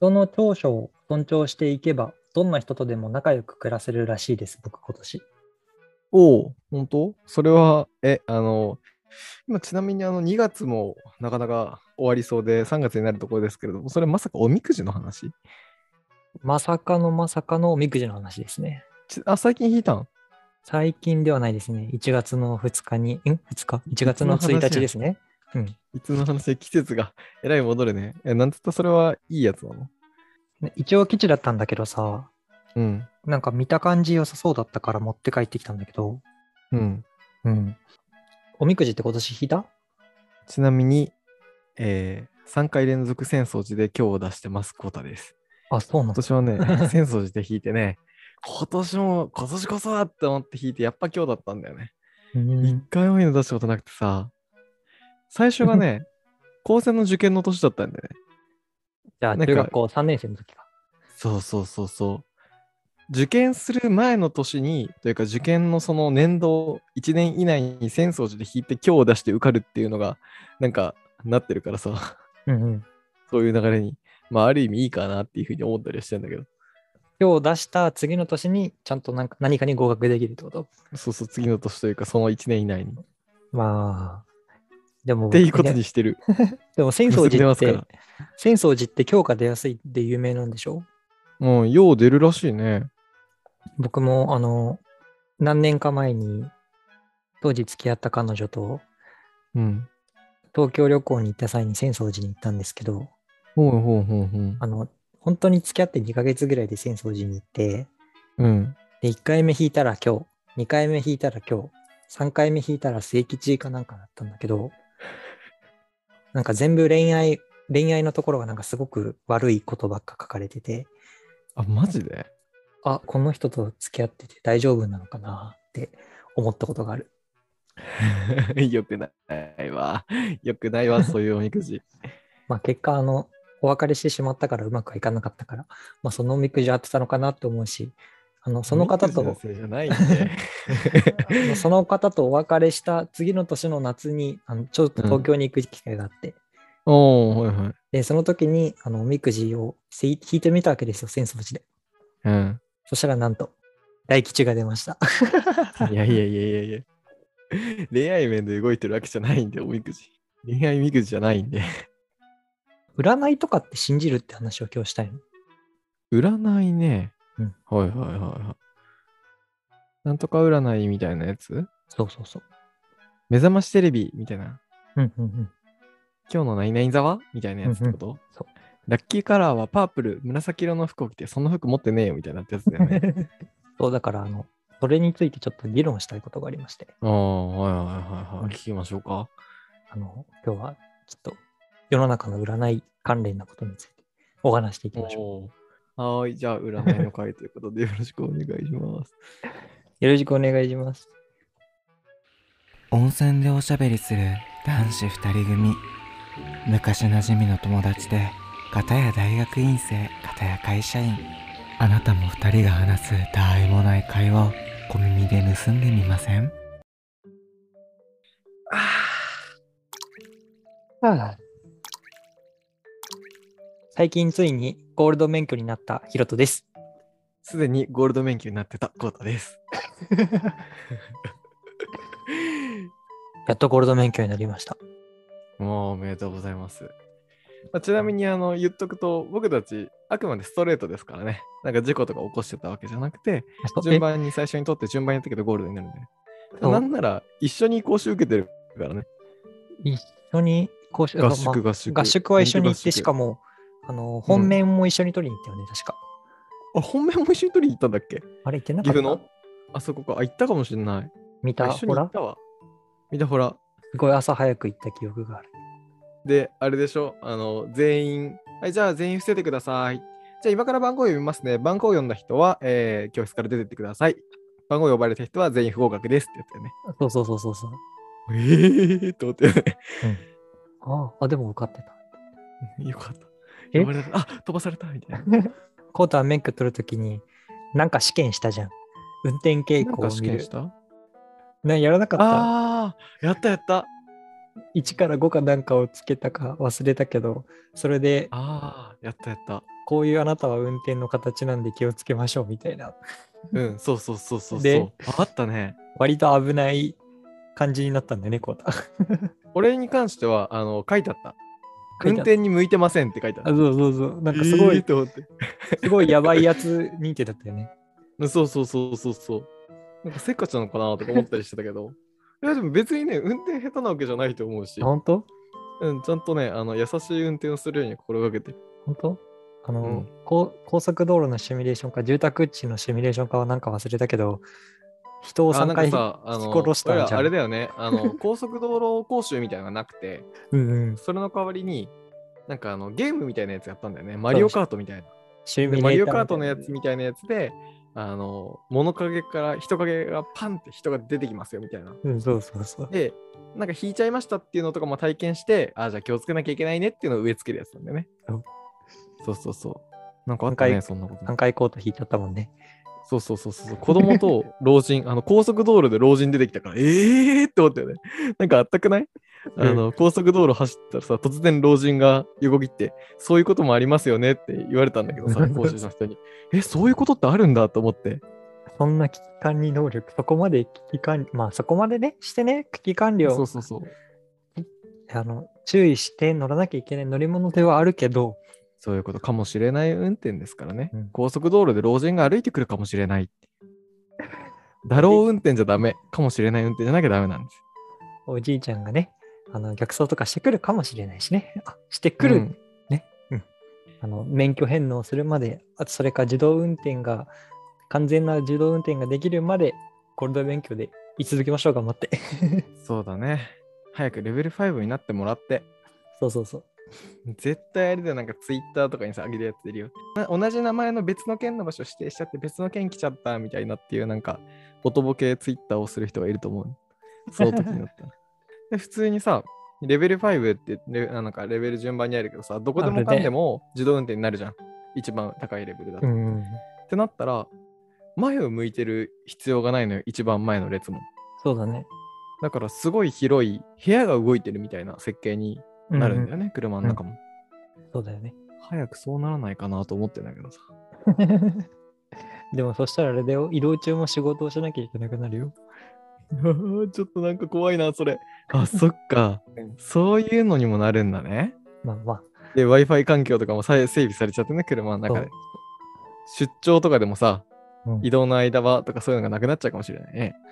人の長所を尊重していけば、どんな人とでも仲良く暮らせるらしいです、僕今年。 おお、本当それは、今ちなみに2月もなかなか終わりそうで3月になるところですけれども、それまさかおみくじの話？ まさかのまさかのおみくじの話ですね。 最近引いたん？ 最近ではないですね。1月の2日に、2日？ 1 いつの月の1日話や？ ですね。うん。 いつの話で季節がえらい戻るね。なんつったそれはいいやつなの？ ね一応基地だったんだけどさ、 うん。 なんか見た感じ良さそうだったから持って帰ってきたんだけど、 うん。 うん。おみくじって今年引いた？ ちなみに、3回連続浅草寺で今日を出してます、コータです。 あ、そうなんだ。 今年はね、浅草寺で引いてね、今年こそはって思って引いて、やっぱ今日だったんだよね。 う一ん。 回もいいの出したことなくてさ、最初がね、高専の受験の年だったんだよね。 じゃあ、 なんか、 中学校3年生の時か。 そう。受験する前の年に、というか受験のその年度1年以内に浅草寺で引いて今日を出して受かるっていうのが、なんか、なってるからさ、 うんうん。 そういう流れに、まあ、ある意味いいかなっていうふうに思ったりはしてんだけど、 今日出した次の年にちゃんとなんか何かに合格できるってこと？ そうそう、次の年というか、その1年以内に。っまあ、でも僕、 ていうことにしてる。 でも結んでますから。 浅草寺って評価出やすいって有名なんでしょ？ もう、よう出るらしいね。 僕も何年か前に当時付き合った彼女とうん。 東京旅行に行った際に浅草寺に行ったんですけど、 ほう。 あの、本当に付き合って2ヶ月ぐらいで浅草寺に行って、 うん。 で、1回目引いたら今日、2回目引いたら今日、3回目引いたら末吉かなんかだったんだけど、なんか全部恋愛のところがなんかすごく悪いことばっか書かれてて、 あ、マジで？ あ、この人と付き合ってて大丈夫なのかなって思ったことがある。 よくないわ。よくないわ、そういうおみくじ。 まあ結果お別れしてしまったからうまくはいかなかったから、まあそのおみくじ合ってたのかなって思うし、そのおみくじの方と、 せいじゃないって。 その方とお別れした次の年の夏に、ちょっとうん。 東京に行く機会があって、 おー、はいはい。 で、その時に、おみくじを引いてみたわけですよ、浅草寺で。 うん。 そしたらなんと、大吉が出ました。 いや。恋愛面で動いてるわけじゃないんで、おみくじ。恋愛みくじじゃないんで。 占いとかって信じるって話を今日したいの。 占いね。 うん。 はい。なんとか占いみたいなやつ？ そう。 目覚ましテレビみたいな。 うん。 今日の何々座はみたいなやつってこと？ そう。 ラッキーカラーはパープル、紫色の服を着て、その服持ってねえよみたいなやつだよね。 そう、だからそれについてちょっと議論したいことがありまして、 ああ、はい。 うん、 聞きましょうか。 今日はちょっと世の中の占い関連なことについてお話していきましょおー。はーい。じゃあ、占いの会ということでよろしくお願いします。 う。よろしくお願いします。 温泉でおしゃべりする男子2人組。昔馴染みの友達で、片や大学院生、片や会社員。あなたも2人が話すたわいもない会話を小耳で盗んでみません？ 最近ついにゴールド免許になったヒロトです。 すでにゴールド免許になってたコータです。 やっとゴールド免許になりました。 もうおめでとうございます。ちなみに言っとくと、僕たちあくまでストレートですからね。なんか事故とか起こしてたわけじゃなくて、順番に最初に取って順番にやったけどゴールドになるんで、ね。なんなら一緒に講習受けてるからね。 一緒に講習、 合宿。 合宿は一緒に行って、 本気合宿しかも、本面も一緒に取りに行ったよね、確か。 あ、本命も一緒に取りに行ったんだっけ？ あれ行ってなかった？ 岐阜のあそこか。あ、行ったかもしれない。 見た、 一緒に行ったわ。見たほら。 すごい朝早く行った記憶がある。 で、あれでしょ全員、はい、じゃあ全員伏せてください。じゃあ今から番号読みますね。番号読んだ人は、教室から出てってください。番号呼ばれた人は全員不合格ですってやつだよね。 そう。 と思ってね。 うん。でも受かってた。 よかった。呼ばれた。飛ばされたみたいな。 コータは免許取るときに、なんか試験したじゃん。運転傾向を見る。 なんか試験した？ やらなかった？ やった。 1から5かなんかをつけたか忘れたけど、それで、 やった。 こういうあなたは運転の形なんで気をつけましょうみたいな。 うん、そうそうそうそうそう。 であったね。 割と危ない感じになったんだよね、こうた。 俺に関しては、書いてあった。運書いてあった転に向いてませんって書いてああ、 った。 そうそうそう。なんかすごい、 って思って。 すごいやばいやつ認定だったよね。 そうそうそうそうそう。なんかせっかちなのかなとか思ったりしてたけど。いやでも別にね、運転下手なわけじゃないと思うし、 本当うん、ちゃんとね、優しい運転をするように心がけてる。 本当うん高速道路のシミュレーションか、住宅地のシミュレーションかはなんか忘れたけど、人を3 なんか回引さ、 き殺した俺らじゃん。 あれだよね、高速道路講習みたいなのがなくて、 うんうん。 それの代わりに、なんかゲームみたいなやつやったんだよね。マリオカートみたいな。で、 シミュレマリオーターみたいなカートのやつみたいなやつで、物陰から人影がパンって人が出てきますよみたいな。 うん、そうそうそう。 で、なんか引いちゃいましたっていうのとかも体験して、じゃあ気をつけなきゃいけないねっていうのを植え付けるやつなんだよね。そうそうそう。なんかあったね、そんなこと。 3回コート引いちゃったもんね。 そうそうそうそう。子供と老人、高速道路で老人出てきたから、って思ったよね。なんかあったくない高速道路走ったらさ、突然老人が横切って、そういうこともありますよねって言われたんだけどさ、講師の人に。そういうことってあるんだと思って。 そんな危機管理能力、そこまで危機管理、まあそこまでね、してね、危機管理をそうそうそう。 注意して乗らなきゃいけない乗り物ではあるけど、 そういうことかもしれない運転ですからね。 うん高速道路で老人が歩いてくるかもしれない。だろう運転じゃダメ。かもしれない運転じゃなきゃダメなんです。 おじいちゃんがね、逆走とかしてくるかもしれないしね。してくる、 うんね。免許返納するまで、あとそれか自動運転が、完全な自動運転ができるまで、ゴールド免許で居続けましょう、頑張って。 そうだね。早くレベル5になってもらって。 そうそうそう。 絶対あれだよ、なんかツイッターとかにさ、あげるやついるよ。同じ名前の別の県の場所指定しちゃって別の県来ちゃったみたいなっていうなんか、ボトボケツイッターをする人がいると思う。その時になったら。で、普通にさ、レベル5ってなんかレベル順番にあるけどさ、どこでもかんでも自動運転になるじゃん。一番高いレベルだと。ってなったら、前を向いてる必要がないのよ、一番前の列も。 そうだね。 だからすごい広い部屋が動いてるみたいな設計になるんだよね、車の中も。 そうだよね。 早くそうならないかなと思ってんだけどさ。 でもそしたらあれだよ、移動中も仕事をしなきゃいけなくなるよ。 ちょっとなんか怖いな、それ。そっか。そういうのにもなるんだね。 まあまあ。 で、Wi-Fi 環境とかも整備されちゃってね、車の中で。出張とかでもさ、移動の間はとかそういうのがなくなっちゃうかもしれないね。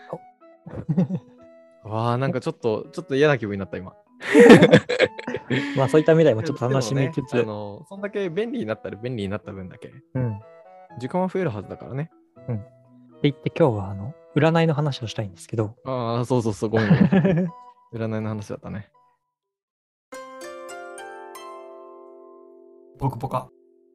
わあ、なんかちょっと嫌な気分になった、今。 まあそういった未来もちょっと楽しみつつ。 そんだけ便利になったら便利になった分だけ。時間は増えるはずだからね。 って言って今日は占いの話をしたいんですけど。 そうそうそう、ごめんごめん。占いの話だったね。 ポクポカ。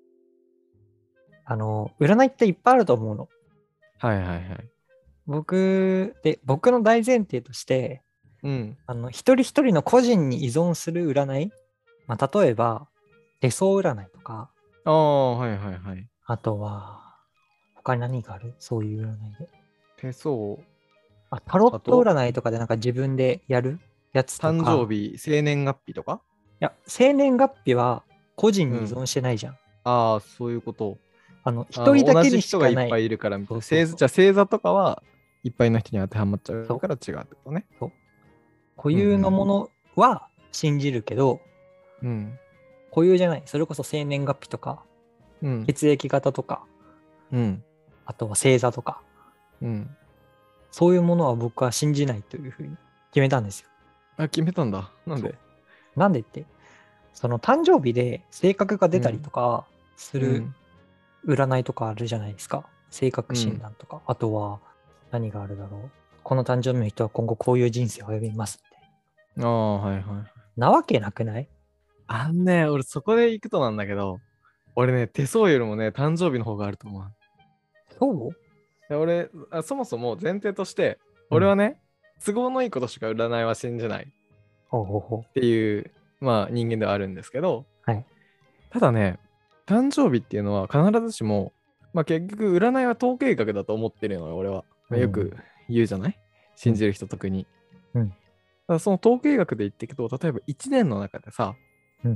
占いっていっぱいあると思うの。 はいはいはい。 僕の大前提として、一人一人の個人に依存する占い、まあ、例えば手相占いとか、 はいはいはい。 あとは他に何がある？そういう占いで。 手相。 タロット占いとかでなんか自分でやるやつとか。 誕生日、生年月日とか？ いや、生年月日は個人に依存してないじゃん。 そういうこと。 一人だけにしかない。 同じ人がいっぱいいるからみたいな。じゃあ星座とかはいっぱいの人に当てはまっちゃうから違うってことね。 そう。固有のものは信じるけど、固有じゃない。それこそ生年月日とか、血液型とか、あとは星座とか、そういうものは僕は信じないというふうに決めたんですよ。 決めたんだ。なんで？ なんでって、その誕生日で性格が出たりとかする占いとかあるじゃないですか。性格診断とか。あとは何があるだろう。この誕生日の人は今後こういう人生を歩みますって。 はいはい。 なわけなくない？ 俺そこで行くとなんだけど、俺ね、手相よりもね、誕生日の方があると思う。 そう？ 俺、そもそも前提として、俺はね、都合のいいことしか占いは信じないっていう、人間ではあるんですけど、ただね、誕生日っていうのは必ずしも、結局占いは統計学だと思ってるのよ、俺は。よく言うじゃない？信じる人特に。ただその統計学で言っていくと、例えば1年の中でさ、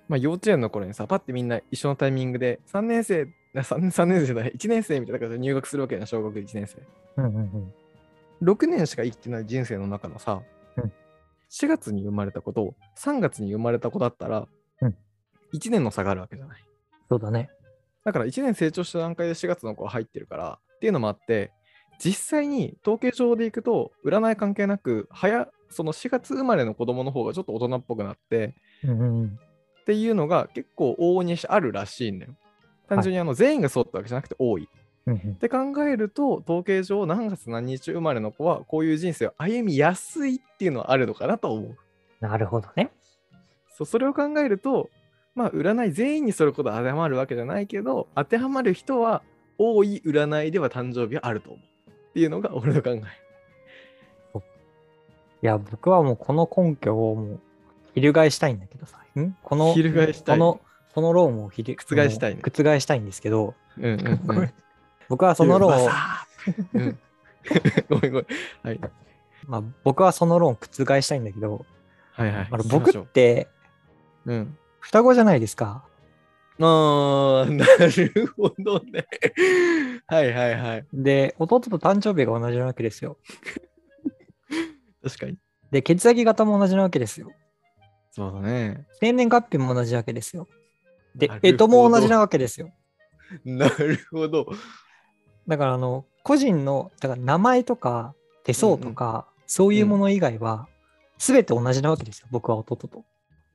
まあ幼稚園の頃にさ、パッてみんな一緒のタイミングで、3年生、3年生じゃない、1年生みたいな感じで入学するわけやな、小学1年生。 うんうんうん。 6年しか生きてない人生の中のさ、 うん 4月に生まれた子と3月に生まれた子だったら、 うん 1年の差があるわけじゃない。 そうだね。 だから1年成長した段階で4月の子が入ってるからっていうのもあって、実際に統計上でいくと、占い関係なく、その4月生まれの子供の方がちょっと大人っぽくなって、 うんうんうん。 っていうのが結構往々にしてあるらしいんだよ。単純に全員がそうってわけじゃなくて多い。 うんうんって考えると、統計上何月何日生まれの子はこういう人生を歩みやすいっていうのはあるのかなと思う。 なるほどね。 それを考えると、まあ占い全員にそれほど当てはまるわけじゃないけど、当てはまる人は多い占いでは誕生日はあると思う。っていうのが俺の考え。 いや、僕はもうこの根拠をもう翻したいんだけどさ。 翻したい。 この論を覆したいね。 覆したいんですけど、 うんうんうん、 僕はその論を、 うん、ごめんごめん。はい。 まあ、僕はその論を覆したいんだけど、 はいはい。 僕って、双子じゃないですか。 なるほどね。はいはいはい。 で、弟と誕生日が同じなわけですよ。 確かに。 で、血液型も同じなわけですよ。 そうだね。 生年月日も同じわけですよ。で、干支も同じなわけですよ。 なるほど。 だから個人の、だから名前とか手相とか、そういうもの以外は、全て同じなわけですよ。僕は弟と。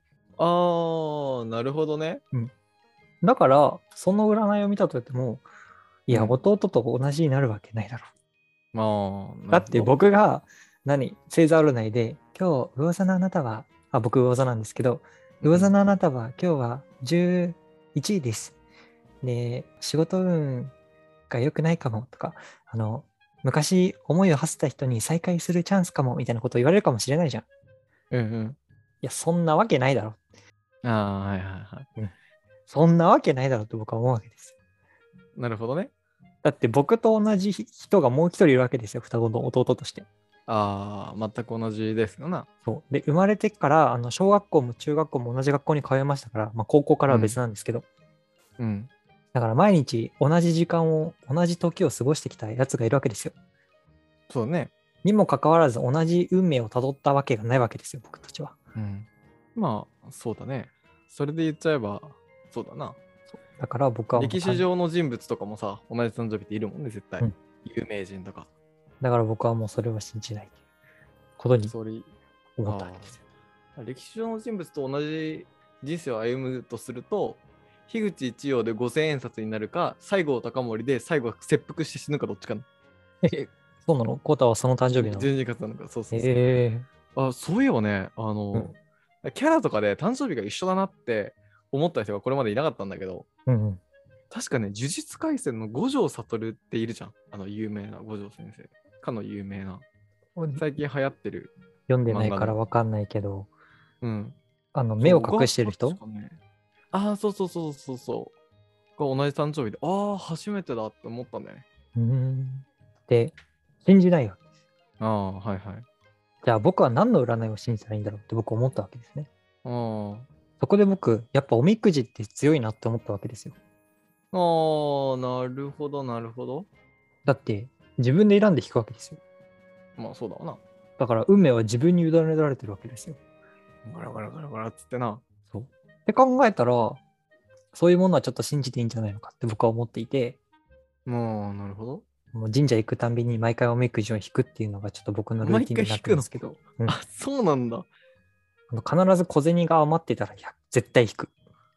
なるほどね。 だから、その占いを見たとしても、いや、弟と同じになるわけないだろう。だって僕が、星座占いで、今日、魚座のあなたは、僕魚座なんですけど、魚座のあなたは今日は11位です。で、仕事運が良くないかもとか、昔思いを馳せた人に再会するチャンスかもみたいなことを言われるかもしれないじゃん。いや、そんなわけないだろ。 はいはいはい。 そんなわけないだろうと僕は思うわけですよ。 なるほどね。 だって僕と同じ人がもう一人いるわけですよ、双子の弟として。 全く同じですよな。 そう。で、生まれてから、小学校も中学校も同じ学校に通いましたから、高校からは別なんですけど。だから毎日同じ時間を、同じ時を過ごしてきたやつがいるわけですよ。 そうね。 にもかかわらず同じ運命をたどったわけがないわけですよ、僕たちは。 まあ、そうだね。それで言っちゃえば、そうだな。 だから僕は歴史上の人物とかもさ、同じ誕生日っているもんね、絶対。有名人とか。 だから僕はもうそれを信じないことに思ったわけですよ。 歴史上の人物と同じ人生を歩むとすると、樋口一葉で5000円札になるか、西郷隆盛で最後切腹して死ぬかどっちかな。 そうなの？コータはその誕生日なの ？12月なのか、そう。そういえばね、キャラとかで誕生日が一緒だなって思った人がこれまでいなかったんだけど、確かね、呪術廻戦の五条悟っているじゃん。有名な五条先生。かの有名な。最近流行ってる。 読んでないからわかんないけど。 目を隠してる人？ そう。が同じ誕生日で、初めてだって思ったんだよね。 で、信じないよ。 はいはい。 じゃあ僕は何の占いを信じたらいいんだろうって僕思ったわけですね。そこで僕、やっぱおみくじって強いなって思ったわけですよ。 なるほど、なるほど。 だって、自分で選んで引くわけですよ。 まあそうだわな。 だから運命は自分に委ねられてるわけですよ。 ガラガラガラガラっつってな。 そう。って考えたら、そういうものはちょっと信じていいんじゃないのかって僕は思っていて。 なるほど。 もう神社行くたんびに毎回おみくじを引くっていうのがちょっと僕のルーティンになってるんですけど。 そうなんだ。 必ず小銭が余ってたら絶対引く。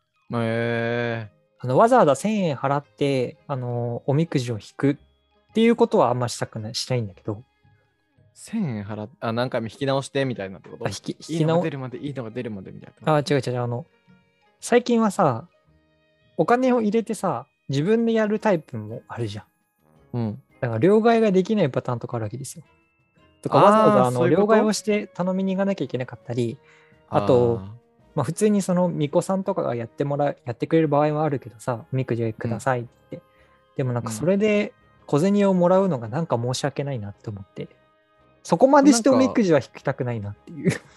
わざわざ1000円払って、おみくじを引くっていうことはあんましたいんだけど。 1000円払って、何回も引き直してみたいなってこと？いいのが出るまで、いいのが出るまでみたいな。 違う。最近はさ、お金を入れてさ、自分でやるタイプもあるじゃん。だから両替ができないパターンとかあるわけですよ。とかわざわざ両替をして頼みに行かなきゃいけなかったり、あと、普通にその巫女さんとかがやってくれる場合はあるけどさ、おみくじくださいって。でもそれで小銭をもらうのが申し訳ないなって思って、そこまでしておみくじは引きたくないなっていう。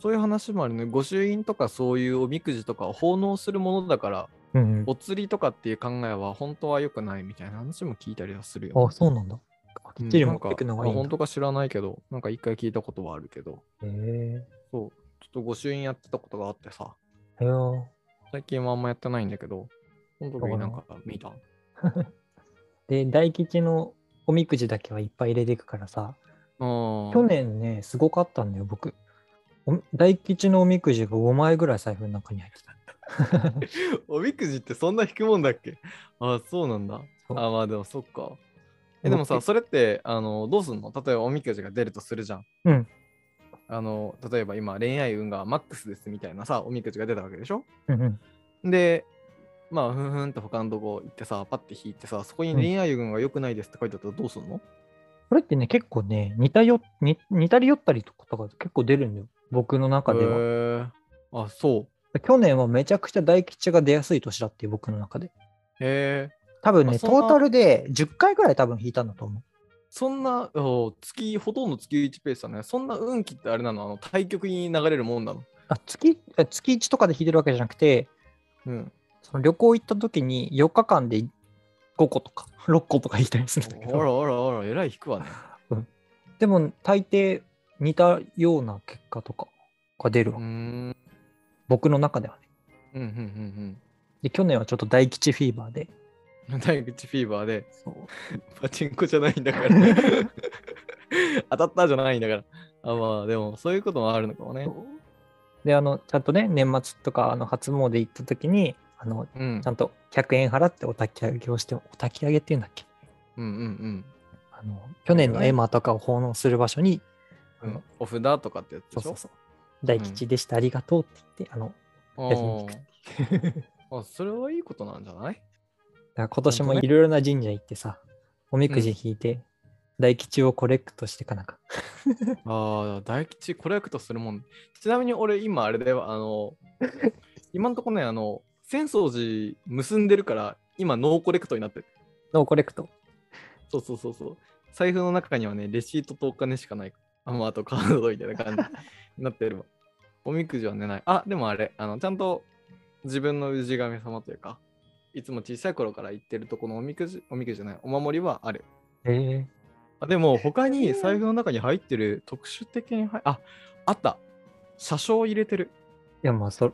そういう話もあるね。御朱印とかそういうおみくじとかを奉納するものだから、 うんお釣りとかっていう考えは本当は良くないみたいな話も聞いたりはするよ、 うん。 ね。 あ、そうなんだ。きっちり持ってくのがいいんだ。 本当か知らないけど、なんか一回聞いたことはあるけど、 へえ。 そう、ちょっと御朱印やってたことがあってさ、 へえ。 最近はあんまやってないんだけど、その時になんか見た。 で、大吉のおみくじだけはいっぱい入れていくからさ、去去年ね、すごかったんだよ、僕。大吉のおみくじが5枚ぐらい財布の中に入ってた。 おみくじってそんな引くもんだっけ？あ、そうなんだ。 そうあ、まあでもそっか。でもさ、それって、どうすんの？例えばおみくじが出るとするじゃん。 うん。 例えば今、恋愛運がマックスですみたいなさ、おみくじが出たわけでしょ？ うんうん。 で、まあ、ふんふんって他のとこ行ってさ、パッて引いてさ、そこに恋愛運が良くないですって書いてあったらどうすんの？ これってね、結構ね、似たり寄ったりとかが結構出るんだよ。僕の中では。 へー。あ、そう。 去年はめちゃくちゃ大吉が出やすい年だっていう、僕の中で。 へー。 多分ね、トそんなータルで10回ぐらい多分引いたんだと思う。 そんな、ほとんど月1ペースだね。そんな運気ってあれなの？対極に流れるもんなの？ 月1とかで引いてるわけじゃなくて、 うん。 その旅行行った時に4日間で5個とか6個とか引いたりするんだけあど。 らあらあら、えらい引くわね。 でも大抵似たような結果とかが出るわ。僕の中ではね。 うんうんうんで、去年はちょっと大吉フィーバーで。 うん。大口フィーバーで、 そうパチンコじゃないんだから。当たったじゃないんだから。あ、まあでも、そういうこともあるのかもね。 で、ちゃんとね、年末とか初詣行った時に、 うんちゃんと100円払ってお焚き上げをして、お焚き上げっていうんだっけ？ うんうん去年の絵馬とかを奉納する場所に、 うん。お札とかってやつでしょ？ そうそうそう。大吉でした、ありがとうって言って、やりに行くっていう。 あ、それはいいことなんじゃない？ だから今年もいろいろな神社行ってさ、おみくじ引いて、大吉をコレクトしてかなんか。 ああ、大吉コレクトするもん。ちなみに俺今あれだよ、今のところね、浅草寺結んでるから、今ノーコレクトになってる。 ノーコレクト。 そうそうそうそう。財布の中にはね、レシートとお金しかない。あとカードみたいな感じになってるわ。おみくじはねない。あ、でもあれ、ちゃんと自分の氏神様というか、いつも小さい頃から行ってるとこのおみくじじゃない、お守りはある。でも他に財布の中に入ってる特殊的にあった。車掌入れてる。 いや、まあ、はい、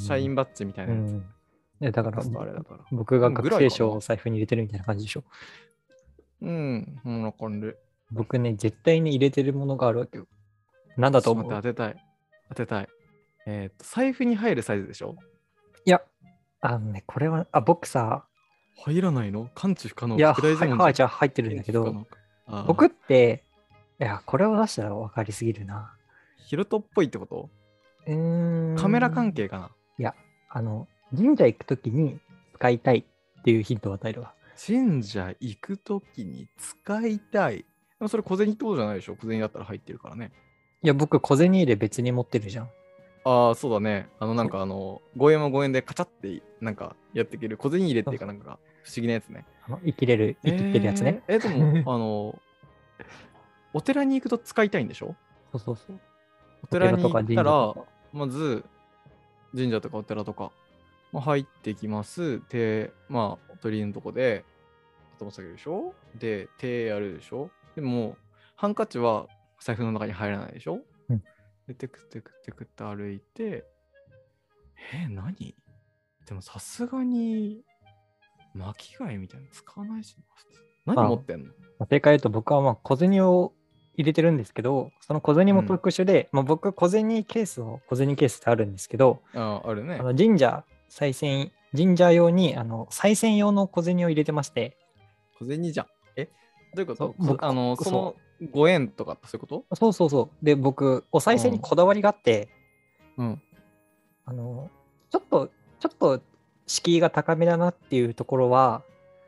社員バッジみたいなやつ。 いや、だからあれだから。 僕が学生証を財布に入れてるみたいな感じでしょ。 こんな感じ。 僕ね、絶対に入れてるものがあるわけよ。なんだと思う？ 当てたい。財布に入るサイズでしょ？ いや、これは、僕さ、 入らないの？感知不可能。 いや、じゃあ入ってるんだけど、僕って、いや、これを出したら分かりすぎるな。 ヒロトっぽいってこと？カメラ関係かな？ いや、神社行くときに使いたいっていうヒントを与えるわ。 神社行くときに使いたい。でもそれ小銭ってことじゃないでしょ？小銭だったら入ってるからね。 いや、僕小銭入れ別に持ってるじゃん。 ああ、そうだね。なんか5円は5円でカチャってなんかやっていける小銭入れっていうかなんか不思議なやつね。 生きてるやつね。 でも、お寺に行くと使いたいんでしょ？ そう。 お寺に行ったら、まず神社とかお寺とか、入ってきます。で、お鳥居のとこで頭下げるでしょ？で、手やるでしょ？でも、ハンカチは財布の中に入らないでしょ？で、テクテクって歩いて、何？でもさすがに巻き貝みたいなの使わないしな。何持ってんの？ 正解言うと僕は小銭を入れてるんですけど、その小銭も特殊で、僕小銭ケースってあるんですけど、 あるね。 神社用に賽銭用の小銭を入れてまして。 小銭じゃん。どういうこと？その5円とかってそういうこと？ そう。で、僕、お賽銭にこだわりがあって、ちょっと敷居が高めだなっていうところは、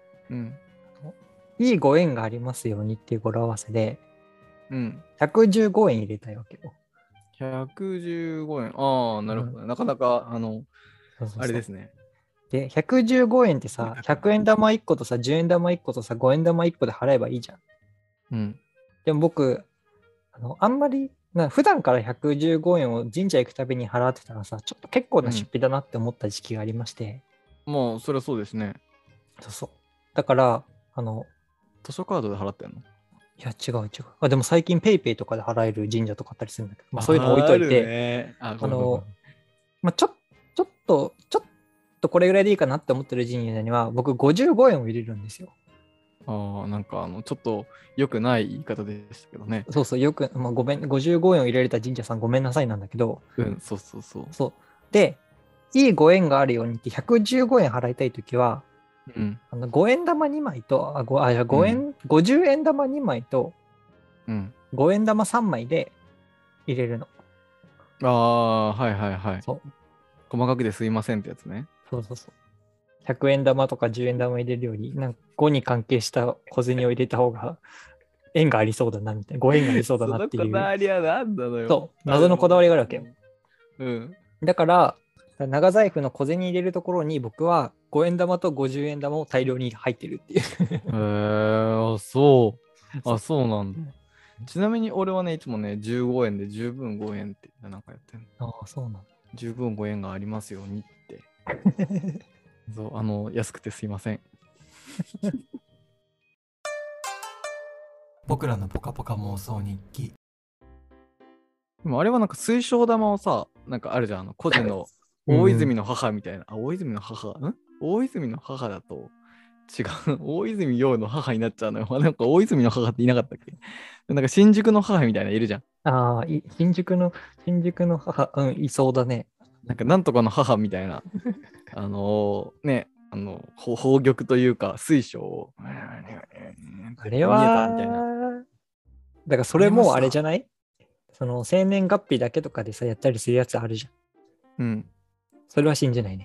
いいご縁がありますようにっていう語呂合わせで、115円入れたいわけよ。 115円。ああ、なるほどね。なかなか、あれですね。 で、115円ってさ、100円玉1個とさ、10円玉1個とさ、5円玉1個で払えばいいじゃん。でも僕、あんまり普段から115円を神社行くたびに払ってたらさ、ちょっと結構な出費だなって思った時期がありまして。 まあ、それはそうですね。 そうそう。だから、 図書カードで払ってんの？ いや、違う。でも最近ペイペイとかで払える神社とかあったりするんだけど、まあそういうの置いといて、 ごめんごめんまあちょっとこれぐらいでいいかなって思ってる神社には、僕55円を入れるんですよ。 なんかちょっと良くない言い方でしたけどね。 そうそう、よく、まあ、ごめん、55円を入れられた神社さんごめんなさいなんだけど、 そうそうそう。 そう。で、いいご縁があるようにって115円払いたいときは、5円玉2枚と、50円玉2枚と、5円玉3枚で入れるの。 はいはいはい。そう。細かくですいませんってやつね。 そうそうそう。100円玉とか10円玉入れるより、なんか5に関係した小銭を入れた方が縁がありそうだなみたいな、ご縁がありそうだなっていう。 そのこだわりは何なのよ。 そう、謎のこだわりがあるわけよ。 うん。 だから、長財布の小銭入れるところに僕は5円玉と50円玉を大量に入ってるっていう。 そう。そうなんだ。ちなみに俺はね、いつもね、15円で十分5円ってなんかやってんの。 そうなんだ。 十分5円がありますようにって。そう、安くてすいません。 僕らのポカポカ妄想日記。 でもあれはなんか水晶玉をさ、なんかあるじゃん、個人の大泉の母みたいな。大泉の母だと違う。大泉洋の母になっちゃうのよ。なんか大泉の母っていなかったっけ？なんか新宿の母みたいなのいるじゃん。 新宿の母、いそうだね。 なんかなんとかの母みたいな。ね、宝玉というか水晶を。 あれは、みたいな。だからそれもあれじゃない？その生年月日だけとかでさ、やったりするやつあるじゃん。それは信じないね。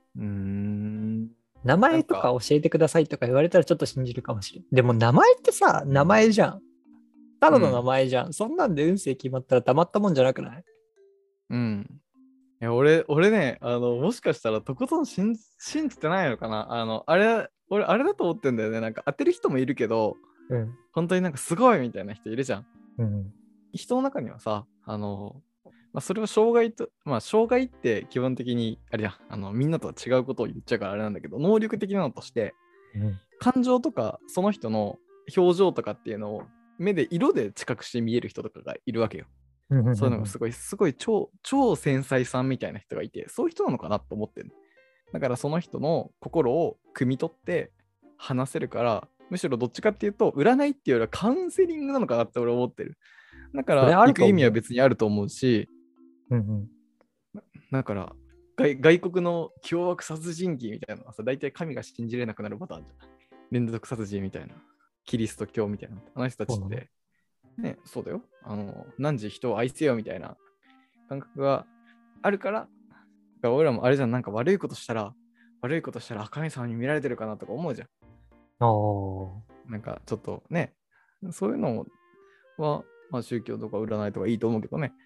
名前とか教えてくださいとか言われたらちょっと信じるかもしれん。でも名前ってさ、名前じゃん。ただの名前じゃん。そんなんで運勢決まったらたまったもんじゃなくない？ いや俺ね、もしかしたらとことん信じてないのかな。俺、あれだと思ってんだよね。なんか当てる人もいるけど、本当になんかすごいみたいな人いるじゃん。人の中にはさ、それは障害って基本的に、あれや、みんなとは違うことを言っちゃうからあれなんだけど、能力的なのとして、感情とかその人の表情とかっていうのを目で色で知覚して見える人とかがいるわけよ。そういうのがすごい超繊細さんみたいな人がいて、そういう人なのかなと思ってる。だからその人の心を汲み取って話せるから、むしろどっちかっていうと、占いっていうよりはカウンセリングなのかなって俺は思ってる。だから行く意味は別にあると思うし、だから外国の凶悪殺人鬼みたいなのはさ、大体神が信じれなくなるパターンじゃん。連続殺人みたいな、キリスト教みたいな、あの人たちってね、そうだよ。何時人を愛せよみたいな感覚があるから、俺らもあれじゃん、なんか悪いことしたら神様に見られてるかなとか思うじゃん。なんかちょっとね、そういうのは、まあ、宗教とか占いとかいいと思うけどね。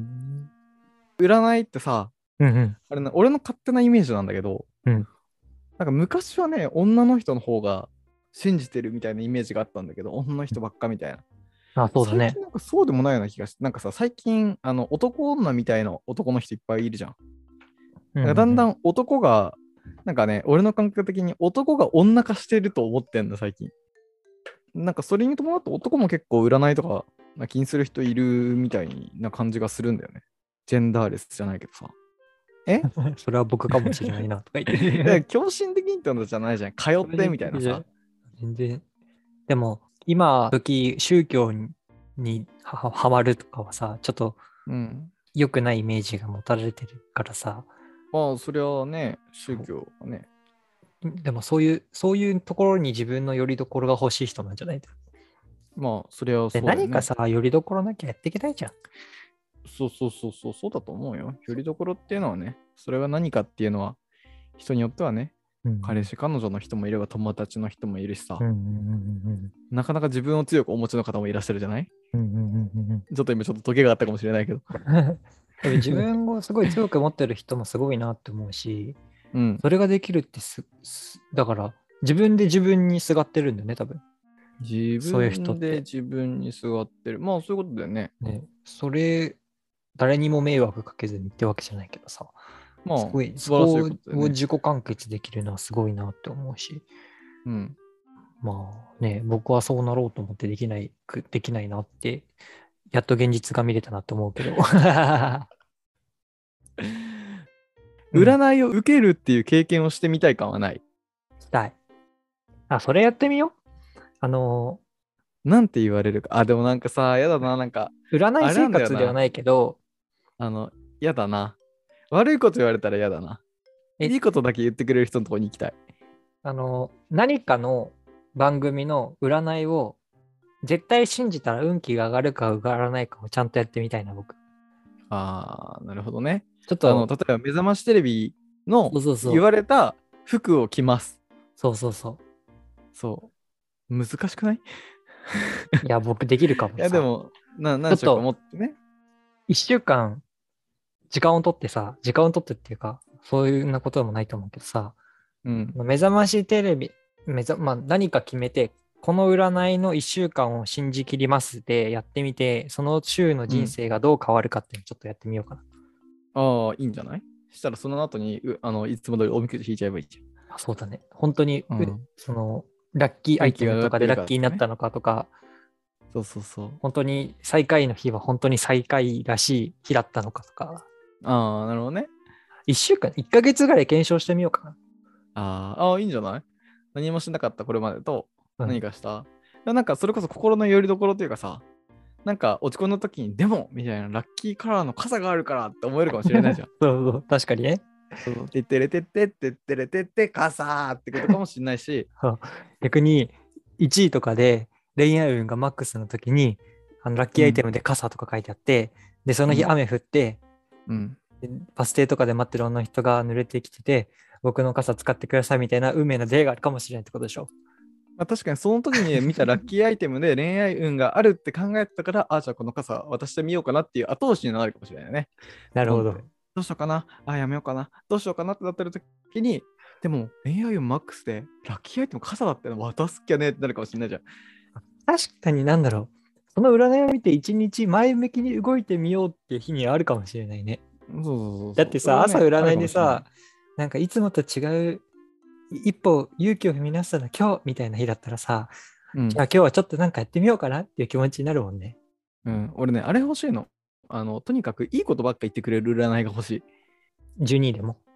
占いってさ、あれね、俺の勝手なイメージなんだけど、なんか昔はね、女の人の方が信じてるみたいなイメージがあったんだけど、女の人ばっかみたいな。 そうだね。 最近なんかそうでもないような気がして、なんかさ、最近男女みたいな男の人いっぱいいるじゃん。だんだん男が、なんかね、俺の感覚的に男が女化してると思ってんだ、最近。なんかそれに伴って男も結構占いとか気にする人いるみたいな感じがするんだよね。ジェンダーレスじゃないけどさ。 それは僕かもしれないなとか言って。 狂信的にってのじゃないじゃん。通ってみたいなさ。 全然。でも、今時宗教にはまるとかはさ、ちょっと良くないイメージが持たれてるからさ。 まあ、それはね、宗教はね。 でもそういうところに自分の拠り所が欲しい人なんじゃない？ まあ、それはそうだね。 何かさ、拠り所なきゃやっていけないじゃん。 そうだと思うよ。拠り所っていうのはね、それが何かっていうのは、人によってはね、彼氏、彼女の人もいれば友達の人もいるしさ、なかなか自分を強くお持ちの方もいらっしゃるじゃない？ちょっと今ちょっとトゲがあったかもしれないけど。 自分をすごい強く持ってる人もすごいなって思うし、それができるってだから自分で自分にすがってるんだよね、多分。 自そういう人っ分でて。 自分にすがってる。まあそういうことだよね。 ね、それ、誰にも迷惑かけずにってわけじゃないけどさ、 まあすごい、 素晴らしいそこことだよね。 を自己完結できるのはすごいなって思うし、 うん。 まあね、僕はそうなろうと思ってできないなって、やっと現実が見れたなって思うけど。うん、 占いを受けるっていう経験をしてみたい感はない。 したい。あ、それやってみよう。あの、 なんて言われるか。あ、でもなんかさ、やだな。なんか、あれな占い生んだよな。 活ではないけど、 やだな。悪いこと言われたらやだな。 えいいことだけ言ってくれる人のとこに行きたい。 何かの番組の占いを絶対信じたら運気が上がるか上がらないかをちゃんとやってみたいな、僕。 ああ、なるほどね。 ちょっと、 例えば目覚ましテレビのそうそうそう言われた服を着ます。 そうそうそそう。難しくない？ う。いや、僕できるかもいや、 さ。 でも、何週か持ってね。 一週間、時間を取ってっていうか、そういうなことでもないと思うけどさ、 うん。 目覚ましテレビ、まあ、何か決めて、この占いの一週間を信じきりますでやってみて、その週の人生がどう変わるかっていうのをちょっとやってみようかな。 ああ、いいんじゃない？したらその後に、いつも通りおみくじ引いちゃえばいいじあ、そうだね。本当に、 ゃん。うん。 その、ラッキーアイテムとかでラッキーになったのかとか、 そうそうそう。 本当に最下位の日は本当に最下位らしい日だったのかとか、 ああ、なるほどね。 1週間、1ヶ月ぐらい検証してみようかな。 いいんじゃない？何もしなかったこれまでとうん何かした、なんかそれこそ心の拠り所というかさ、なんか落ち込んだ時にでもみたいなラッキーカラーの傘があるからって思えるかもしれないじゃん。 そうそう、確かにね。 そうてってれてってってってれてって傘ってことかもしれないし、 逆に1位とかで恋愛運がマックスの時に、ラッキーアイテムで傘とか書いてあって、で、その日雨降って、 うん。 でバス停とかで待ってる女の人が濡れてきてて、僕の傘使ってくださいみたいな運命の出会いがあるかもしれないってことでしょ。 まあ、確かにその時に見たラッキーアイテムで恋愛運があるって考えてたから、じゃあこの傘渡してみようかなっていう後押しになるかもしれないよね。 なるほど。 どうしようかな、やめようかな、どうしようかなってなってる時に、でも恋愛運マックスでラッキーアイテム傘だっての渡すっきゃねってなるかもしれないじゃん。 確かにその占いを見て一日前向きに動いてみようっていう日にあるかもしれないね。 そうそうそう。 だってさ、朝占いでさ、なんかいつもと違う一歩勇気を踏み出したの今日みたいな日だったらさ、じゃあ今日はちょっとなんかやってみようかなっていう気持ちになるもんね。 俺ね、あれ欲しいの。とにかくいいことばっか言ってくれる占いが欲しい。 12でも。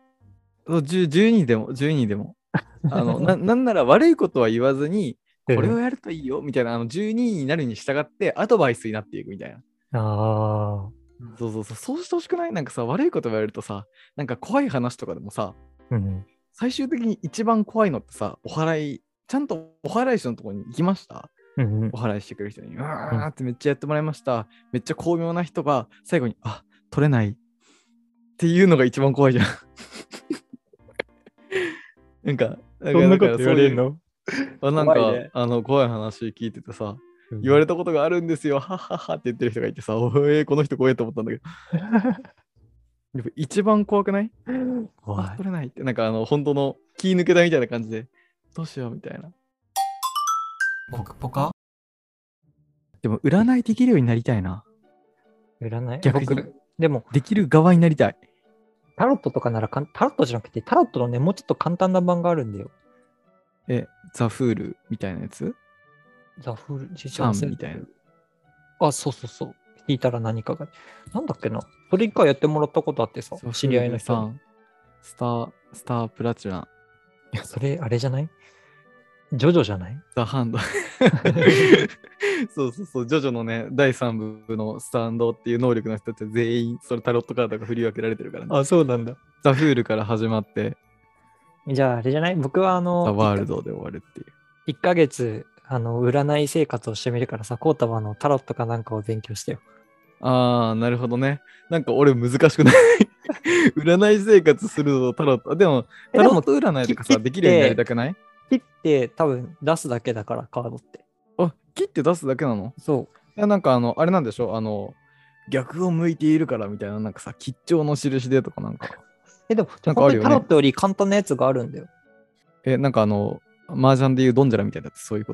12でも、12でも。なんなら悪いことは言わずに、これをやるといいよみたいな、12になるに従ってアドバイスになっていくみたいな。 ああ。 そうしてほしくない？なんかさ、悪いこと言われるとさ、なんか怖い話とかでもさ、最終的に一番怖いのってさ、ちゃんとお祓い師のところに行きました？お祓いしてくれる人に、うわーってめっちゃやってもらいました。めっちゃ巧妙な人が最後に、取れないっていうのが一番怖いじゃん。なんか、 そんなこと言われるの？ なんか、怖い話聞いててさ、言われたことがあるんですよ、はっはっはって言ってる人がいてさ、この人怖いと思ったんだけど。やっぱ一番怖くない？ 怖い。 取れないって、なんか本当の気抜けたみたいな感じで、どうしようみたいな。 僕ポカ？ でも占いできるようになりたいな。 占い？ 逆に僕、でも、 できる側になりたい。 タロットとかならタロットじゃなくて、タロットのね、もうちょっと簡単な版があるんだよ。 ザ・フールみたいなやつ？ ザ・フール、 サンみたいな。 あ、そうそうそう。聞いたら何かが。なんだっけな。それ一回やってもらったことあってさ、知り合いの人に。 スタープラチナ。 いや、それ、あれじゃない？ジョジョじゃない？ ザ・ハンド。そう、ジョジョのね、第3部のスタンドっていう能力の人たち全員、それタロットカードが振り分けられてるからね。 あ、そうなんだ。 ザ・フールから始まって、 じゃあ、あれじゃない？僕はザ・ワールドで終わるっていう。 1ヶ月、占い生活をしてみるからさ、コータはタロットかなんかを勉強してよ。 なるほどね。なんか俺難しくない？占い生活するのタロット。でも、タロット占いとかさ、できるようになりたくない？ 切って多分出すだけだから、カードって。 切って出すだけなの？ そう。 いや、なんかあれなんでしょ？逆を向いているからみたいな、なんかさ、吉兆の印でとかなんか。 でも、なんかあるよね、タロットより簡単なやつがあるんだよ。 なんか麻雀でいうドンジャラみたいなやつ、そういうこと？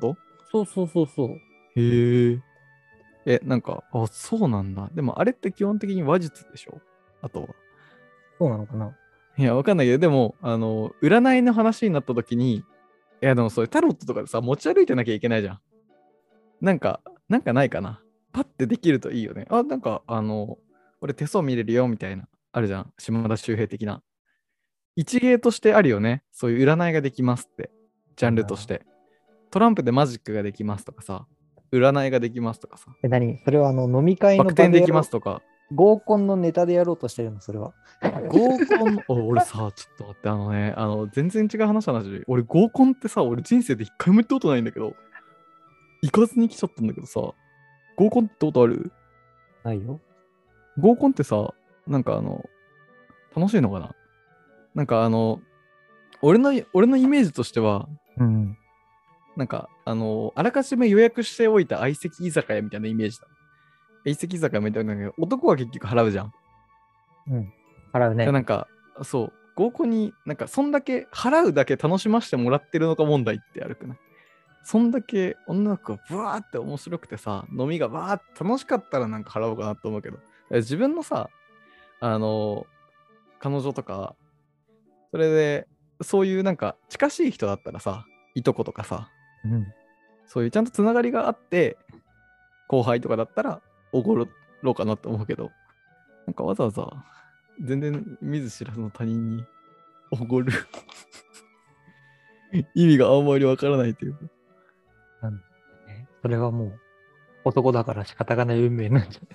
そうそうそうそう。 へえ。なんか、あ、そうなんだ。でもあれって基本的に話術でしょ？あとは。 そうなのかな。 いや、わかんないけど、でも、占いの話になった時に、いや、でもそれタロットとかでさ、持ち歩いてなきゃいけないじゃん。なんかないかな。パッてできるといいよね。あ、なんか、俺手相見れるよみたいな、あるじゃん。島田秀平的な。一芸としてあるよね。そういう占いができますって。ジャンルとして。トランプでマジックができますとかさ、占いができますとかさ、 何それは飲み会バのク転でき場でやろう。 ますとか、 合コンのネタでやろうとしてるの、それは。 合コン、俺さ、ちょっと待って、全然違う話なんだし、俺合コンってさ、俺人生で一回も行ったことないんだけど、行かずに来ちゃったんだけどさ、合コンってことある？ ないよ。 合コンってさ、なんか楽しいのかな？なんか俺のイメージとしては、 うん。 なんかあらかじめ予約しておいた相席居酒屋みたいなイメージだ。相席居酒屋みたいなんだけど、男は結局払うじゃん。 うん。払うね。 なんか、そう、合コンになんか、そんだけ払うだけ楽しませてもらってるのか問題ってあるくない？そんだけ女の子がブワーって面白くてさ、飲みがバーって楽しかったらなんか払おうかなと思うけど、自分のさ、彼女とか、それで、そういうなんか近しい人だったらさ、いとことかさ、 うん。 そういうちゃんとつながりがあって、後輩とかだったら、おごろうかなと思うけど、なんかわざわざ、全然見ず知らずの他人におごる意味があんまりわからないというか。 なんだね。それはもう男だから仕方がない運命なんじゃ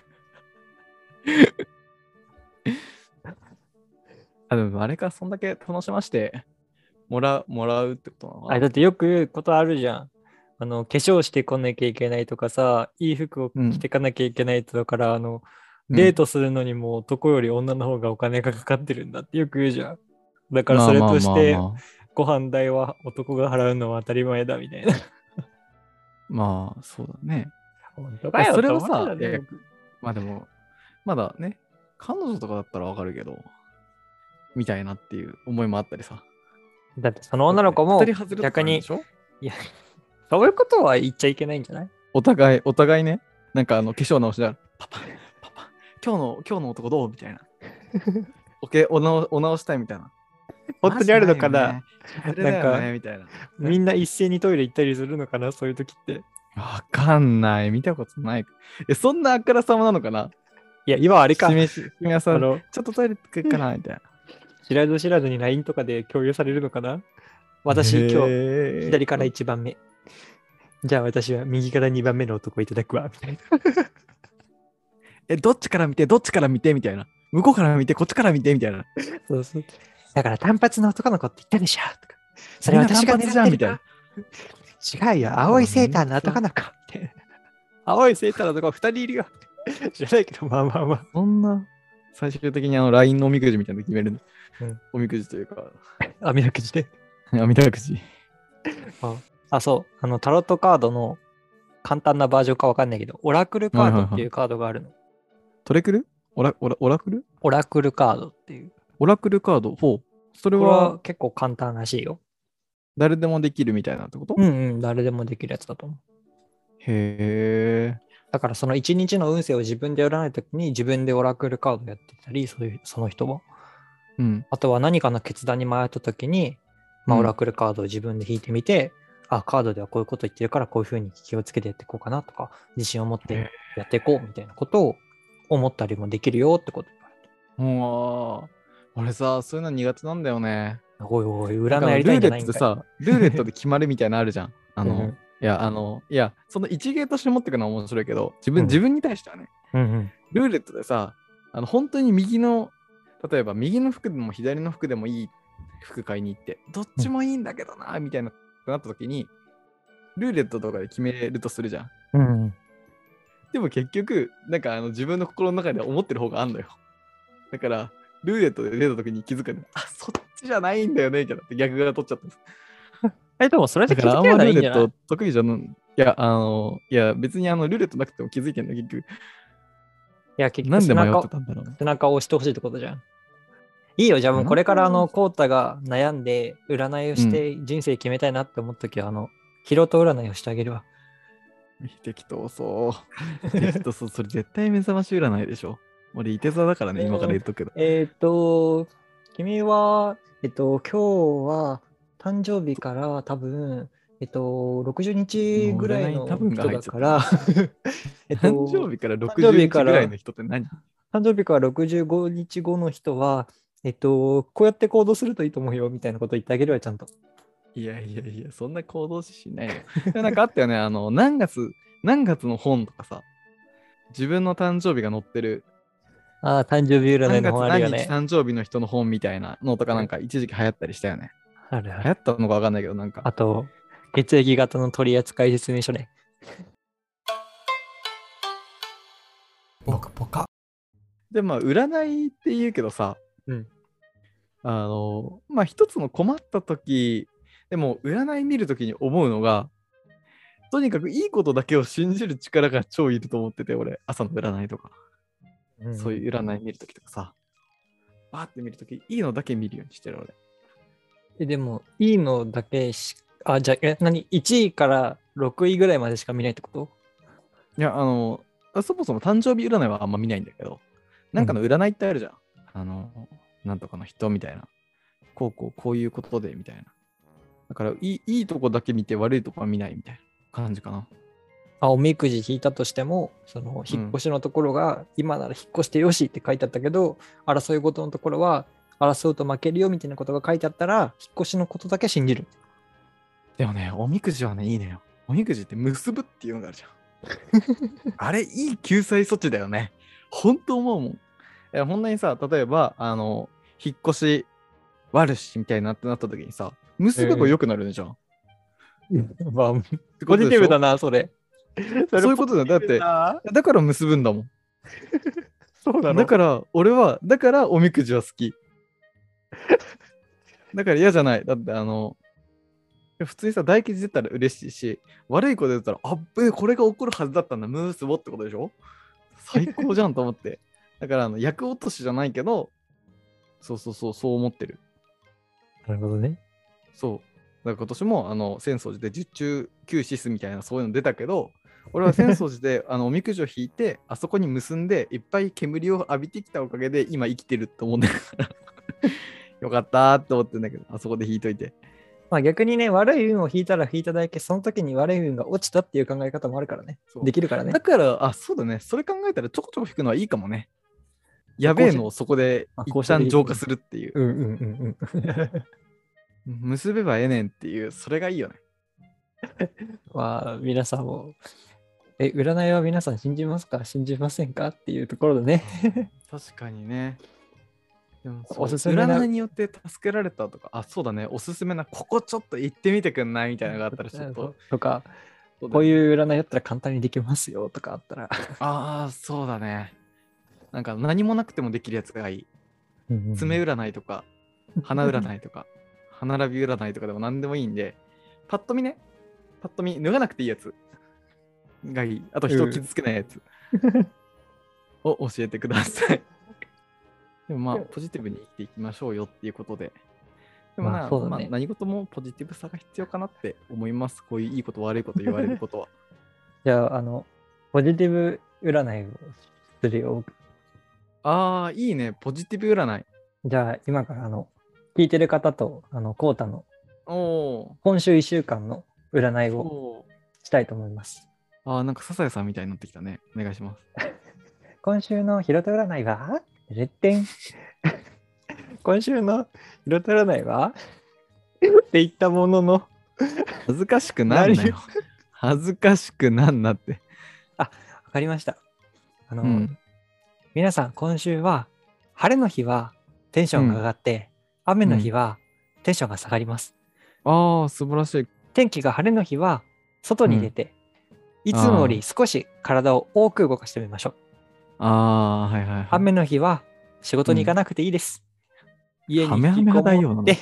あ、でもあれか、そんだけ楽しましてもらうってことなのかない。 な。 だってよく言うことあるじゃん。化粧してこなきゃいけないとかさ、いい服を着てかなきゃいけないとだから、デートするのにも男より女の方がお金がかかってるんだってよく言うじゃん。だからそれとしてご飯代は男が払うのは当たり前だみたいな。 まあ、そうだね。 本当かよそれはさ、まあでも、まだね、彼女とかだったらわかるけど、みたいなっていう思いもあったりさ。 だってその女の子も逆に、いや、そういうことは言っちゃいけないんじゃない？ お互いね、なんか化粧直しながら、パパ、今日の男どうみたいな。お直したいみたいな。 本当にあるのかな？ なんか、みたいな。 みんな一斉にトイレ行ったりするのかな、そういう時って。 わかんない。見たことない。そんなあからさまなのかな？ いや、今あれか。 皆さん、ちょっとトイレ行くかなみたいな。 知らず知らずに LINE とかで共有されるのかな？私、今日、左から1番目。じゃあ私は右から2番目の男いただくわ、みたいな。どっちから見てみたいな。向こうから見て、こっちから見てみたいな。 そうそう。だから単発の男の子って言ったでしょとか。それ私が狙ってるみたいな。違うよ、青いセーターの男の子って。青いセーターの男2人いるよ。知らないけど、まあまあまあ。 そんな、最終的にLINE のおみくじみたいなの決めるの。おみくじというか。 あみだくじで。 あみだくじ。 そう。タロットカードの簡単なバージョンかわかんないけど、オラクルカードっていうカードがあるの。 トレクル？オラクル？ オラクルカードっていう。 オラクルカード？ほう。それは結構簡単らしいよ。 誰でもできるみたいなってこと？ 誰でもできるやつだと思う。 へえ。 だからその一日の運勢を自分で占うときに自分でオラクルカードやってたり、その人は。あとは何かの決断に迷ったときに、オラクルカードを自分で引いてみて、カードではこういうこと言ってるからこういうふうに気をつけてやっていこうかなとか、自信を持ってやっていこうみたいなことを思ったりもできるよってこと言われた。俺さ、そういうの苦手なんだよね。 おいおい、占いやりたいんじゃないんかい。 ルーレットで決まるみたいなのあるじゃん。いや、その一芸として持っていくのは面白いけど、自分に対してはね、ルーレットでさ、本当に例えば右の服でも左の服でもいい服買いに行って、どっちもいいんだけどな、みたいななった時に、ルーレットとかで決めるとするじゃん。でも結局、なんか自分の心の中で思ってる方があんのよ。だから、ルーレットで出た時に気づくの。そっちじゃないんだよね、みたいなって逆側取っちゃったんです。 でもそれで気づけばいいんじゃない？ ルーレット得意じゃん。いや、別にルーレットなくても気づいてんだ、結局。 いや、結局なんで迷ってたんだろう。 背中を押してほしいってことじゃん。いいよ、じゃあもうこれからコウタが悩んで占いをして人生決めたいなって思った時は、 疲労と占いをしてあげるわ。 適当そう。適当そう。それ絶対目覚まし占いでしょ。俺、いて座だからね、今から言っとくけど。 君は、今日は誕生日から多分、60日ぐらいの人だから、 誕生日から60日ぐらいの人って何？ 誕生日から65日後の人は、こうやって行動するといいと思うよ、みたいなこと言ってあげるわ、ちゃんと。 いや、そんな行動しないよ。なんかあったよね、何月の本とかさ、自分の誕生日が載ってる。 ああ、誕生日占いの本あるよ何月ね。 何日誕生日の人の本みたいなのとかなんか一時期流行ったりしたよね。 あるある。 流行ったのかわかんないけど、なんか。 あと、血液型の取扱説明書ね。 ポカポカ。 で、まあ、占いって言うけどさ、 うん。 まあ、一つの困った時、でも、占い見る時に思うのが、とにかくいいことだけを信じる力が超いると思ってて、俺、朝の占いとか、そういう占い見る時とかさ、バーって見る時、いいのだけ見るようにしてる、俺。 でも、いいのだけじゃあ、1位から6位ぐらいまでしか見ないってこと？ いや、そもそも誕生日占いはあんま見ないんだけど、なんかの占いってあるじゃん。なんとかの人みたいな。こういうことでみたいな。だからいいとこだけ見て悪いとこは見ないみたいな感じかな。 おみくじ引いたとしても、その引っ越しのところが、今なら引っ越してよしって書いてあったけど、争い事のところは、争うと負けるよみたいなことが書いてあったら、引っ越しのことだけ信じる。 でもね、おみくじはね、いいのよ。おみくじって結ぶっていうのがあるじゃん。あれ、いい救済措置だよね。ほんと思うもん。ほんなにさ、例えば、引っ越し悪しみたいになった時にさ、結べば良くなるねじゃん。 まあ、ポジティブだな、それ。 そういうことだよ。だって、だから結ぶんだもん。 そうなの？ だから、だからおみくじは好き。だから嫌じゃない。だって、普通にさ、大吉出たら嬉しいし、悪いこと出たら、これが起こるはずだったんだ、結ぼってことでしょ？最高じゃんと思って。だから、厄落としじゃないけど、そう思ってる。 なるほどね。 そう。だから今年も、浅草寺で十中九死みたいなそういうの出たけど、俺は浅草寺でおみくじを引いて、あそこに結んで、いっぱい煙を浴びてきたおかげで、今生きてると思うんだから。よかったーって思ってんだけど、あそこで引いといて。 まあ逆にね、悪い運を引いたら引いただけ、その時に悪い運が落ちたっていう考え方もあるからね。できるからね。 だから、そうだね。それ考えたらちょこちょこ引くのはいいかもね。やべえのをそこで一旦浄化するっていう。結べばええねんっていう、それがいいよね。 まあ、皆さんも、占いは皆さん信じますか信じませんかっていうところでね。 確かにね。でもおすすめな占いによって助けられたとか、そうだね、おすすめな、ここちょっと行ってみてくんないみたいなのがあったらちょっと。 とか、こういう占いだったら簡単にできますよとかあったら。 そうだね。なんか何もなくてもできるやつがいい。爪占いとか、鼻占いとか、歯並び占いとかでも何でもいいんで、パッと見脱がなくていいやつがいい。あと人を傷つけないやつを教えてください。でもまあ、ポジティブに生きていきましょうよっていうことで。でも何事もポジティブさが必要かなって思います。こういういいこと悪いこと言われることは。 じゃあ、ポジティブ占いをするよ。 いいね。ポジティブ占い。 じゃあ、今から聞いてる方と、コータの今週1週間の占いをしたいと思います。 なんか笹谷さんみたいになってきたね。お願いします。 今週のひろと占いは今週のひろと占いはって言ったものの恥ずかしくなんなよ。恥ずかしくなんなって。 わかりました。皆さん今週は晴れの日はテンションが上がって、雨の日はテンションが下がります。 素晴らしい。 天気が晴れの日は外に出て、いつもより少し体を多く動かしてみましょう。雨の日は仕事に行かなくていいです。家に引きこもって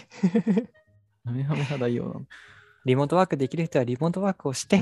リモートワークできる人はリモートワークをして、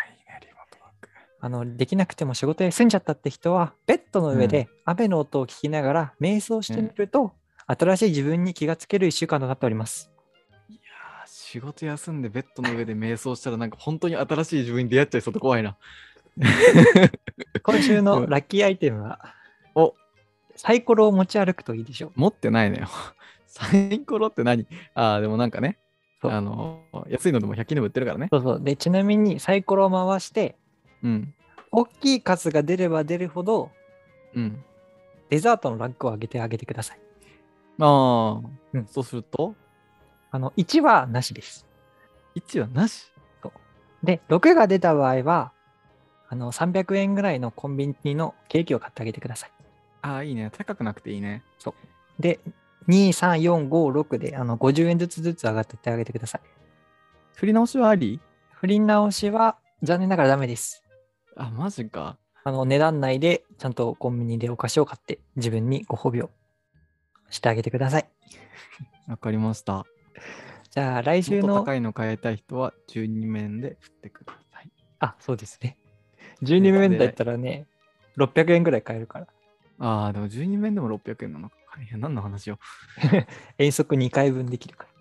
できなくても仕事で済んじゃったって人はベッドの上で雨の音を聞きながら瞑想してみると、新しい自分に気がつける1週間となっております。 いやー、 仕事休んでベッドの上で瞑想したらなんか本当に新しい自分に出会っちゃいそうで怖いな。 今週のラッキーアイテムは、 お、 サイコロを持ち歩くといいでしょう。 持ってないのよ。サイコロって何？でもなんかね、 そう安いのでも100均でも売ってるからね。 そうそう。で、ちなみにサイコロを回して、 うん。 大きい数が出れば出るほど、 うん。 デザートのランクを上げてあげてください。 そうすると、 1はなしです。 1はなし。 で、6が出た場合は、300円ぐらいのコンビニのケーキを買ってあげてください。 いいね。高くなくていいね。 で、2、3、4、5、6で50円ずつ上がってってあげてください。 振り直しはあり？ 振り直しは残念ながらダメです。 マジか。 値段内でちゃんとコンビニでお菓子を買って自分にご褒美をしてあげてください。 わかりました。 じゃあ来週もっとの、 高いの買いたい人は12面で振ってください。 そうですね。12面だったらね、600円ぐらい買えるから。 でも12面でも600円なのか。いや、何の話よ。 遠足2回分できるから。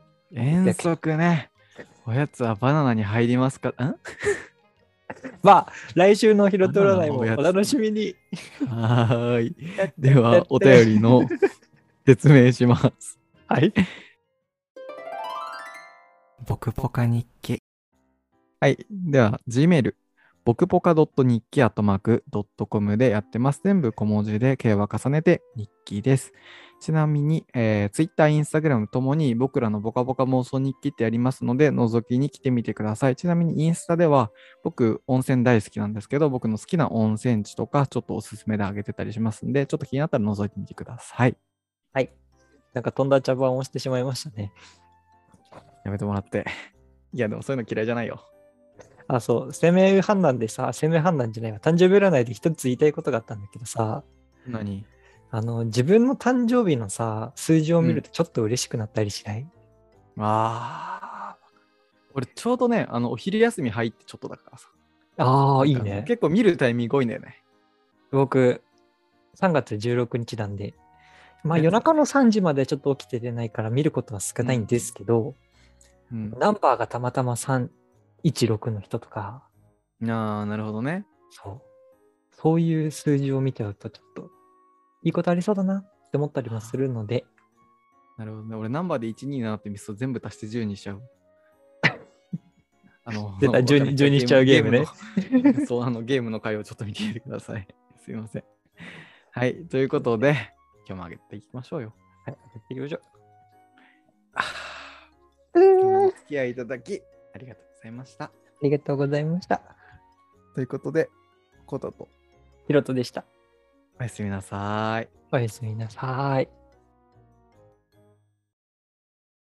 遠足ね。おやつはバナナに入りますか？ 来週のヒロト占いもお楽しみに。 はーい。では、お便りの説明します。 はい。 ぼくぽか日記。 はい。では、Gmail、ぼくぽか.日記@.com でやってます。全部小文字で、形は重ねて日記です。ちなみに、Twitter、Instagram ともに僕らのぼかぼか妄想日記ってやりますので、覗きに来てみてください。ちなみにインスタでは、僕、温泉大好きなんですけど、僕の好きな温泉地とか、ちょっとおすすめであげてたりしますんで、ちょっと気になったら覗いてみてください。 はい。なんか飛んだ茶番をしてしまいましたね。 やめてもらって。いや、でもそういうの嫌いじゃないよ。 そう、生命判断じゃないわ。誕生日占いで一つ言いたいことがあったんだけどさ、 何？ 自分の誕生日のさ、数字を見るとちょっと嬉しくなったりしない？ 俺ちょうどね、お昼休み入ってちょっとだからさ。 いいね。 結構見るタイミング多いんだよね。 僕、3月16日なんで、夜中の3時までちょっと起きて出ないから見ることは少ないんですけど、ナンバーがたまたま316の人とか、 なるほどね。 そういう数字を見ちゃうとちょっといいことありそうだなって思ったりもするので。 なるほどね。俺ナンバーで127ってミスを全部足して10にしちゃう。 出た、12しちゃうゲームね。 そう、ゲームの回をちょっと見てみてください。すいません。はい、ということで、今日も上げていきましょうよ。 はい、上げていきましょう。 今日もお付き合いいただき、ありがとうございました。 ありがとうございました。 ということで、コタとヒロトでした。 おやすみなさい。 おやすみなさい。